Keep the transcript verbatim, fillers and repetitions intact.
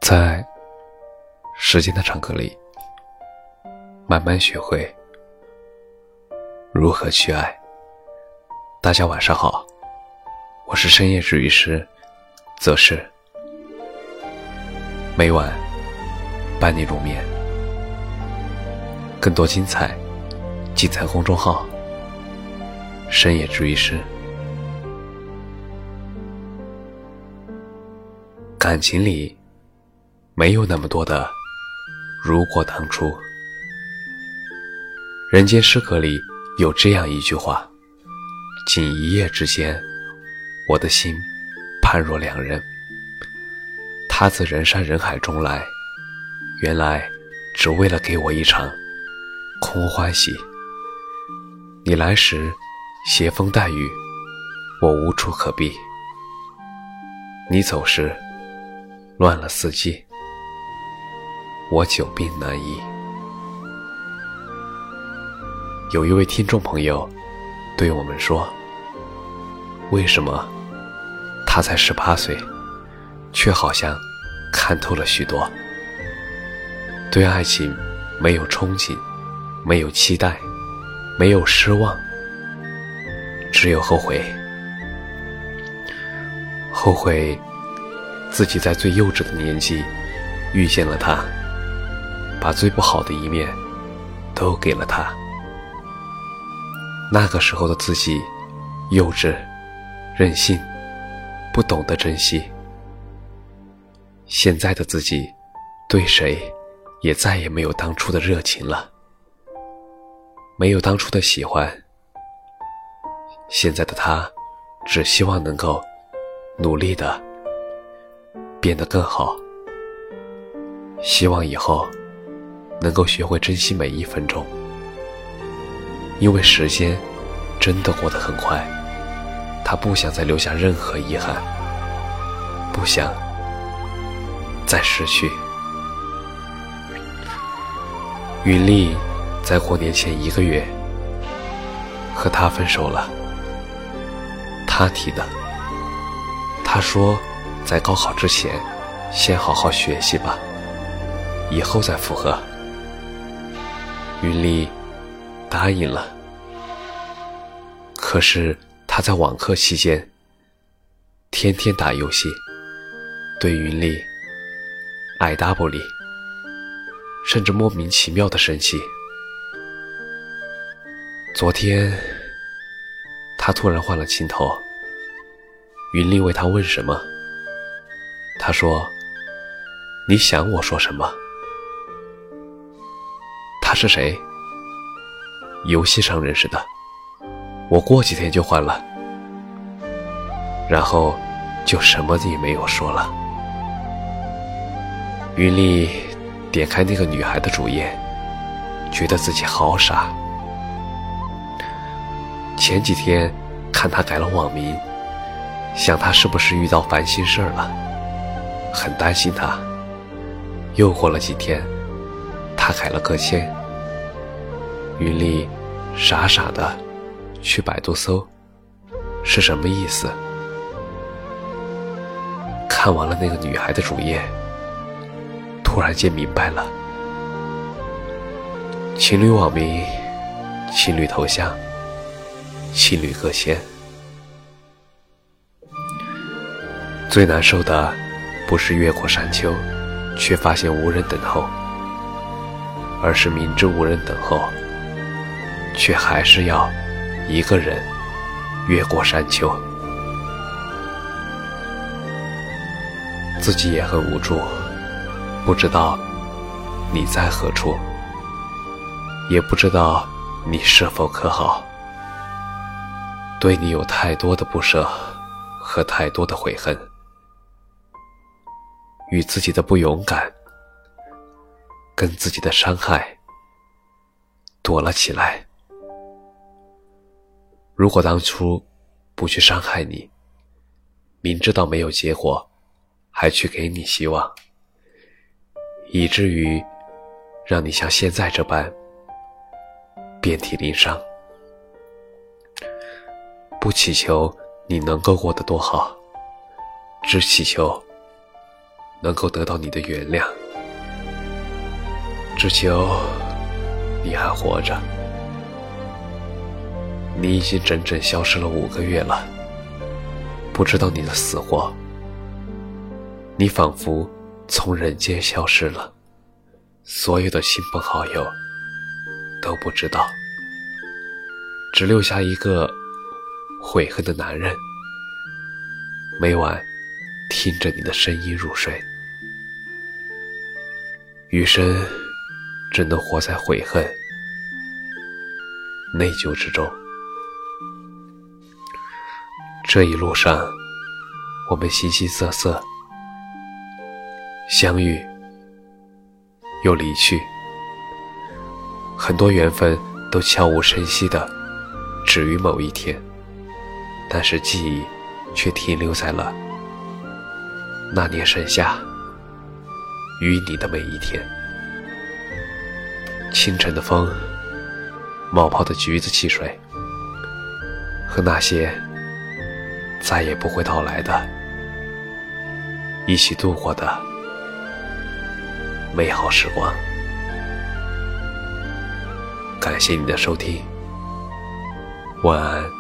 在时间的长河里，慢慢学会如何去爱。大家晚上好，我是深夜治愈师则是，每晚伴你入眠。更多精彩尽在公众号深夜治愈师。感情里没有那么多的如果当初。人间失格里有这样一句话，仅一夜之间，我的心判若两人。他自人山人海中来，原来只为了给我一场空欢喜。你来时携风带雨，我无处可避；你走时乱了四季，我久病难医。有一位听众朋友对我们说，为什么他才十八岁，却好像看透了许多，对爱情没有憧憬，没有期待，没有失望，只有后悔。后悔自己在最幼稚的年纪遇见了他，把最不好的一面都给了他。那个时候的自己幼稚、任性，不懂得珍惜。现在的自己对谁也再也没有当初的热情了，没有当初的喜欢。现在的他只希望能够努力的变得更好，希望以后能够学会珍惜每一分钟。因为时间真的过得很快，他不想再留下任何遗憾，不想再失去。云丽在过年前一个月和他分手了，他提的。他说在高考之前先好好学习吧，以后再复合。云丽答应了。可是他在网课期间天天打游戏，对云丽爱答不理，甚至莫名其妙的生气。昨天他突然换了情头，云丽为他问什么，他说你想我说什么？他是谁？游戏上认识的，我过几天就换了。然后就什么也没有说了。云丽点开那个女孩的主页，觉得自己好傻。前几天看她改了网名，想她是不是遇到烦心事儿了，很担心她。又过了几天，她改了个签。云丽傻傻的去百度搜是什么意思。看完了那个女孩的主页，突然间明白了，情侣网名，情侣头像，情侣个签。最难受的不是越过山丘却发现无人等候，而是明知无人等候，却还是要一个人越过山丘。自己也很无助，不知道你在何处，也不知道你是否可好。对你有太多的不舍和太多的悔恨，与自己的不勇敢跟自己的伤害躲了起来。如果当初不去伤害你，明知道没有结果还去给你希望，以至于让你像现在这般遍体鳞伤。不祈求你能够过得多好，只祈求能够得到你的原谅，只求你还活着。你已经整整消失了五个月了，不知道你的死活。你仿佛从人间消失了，所有的亲朋好友都不知道，只留下一个悔恨的男人，每晚听着你的声音入睡，余生只能活在悔恨、内疚之中。这一路上，我们形形色色，相遇又离去，很多缘分都悄无声息地止于某一天，但是记忆却停留在了那年盛夏与你的每一天。清晨的风，冒泡的橘子汽水，和那些再也不会到来的一起度过的美好时光。感谢你的收听，晚安。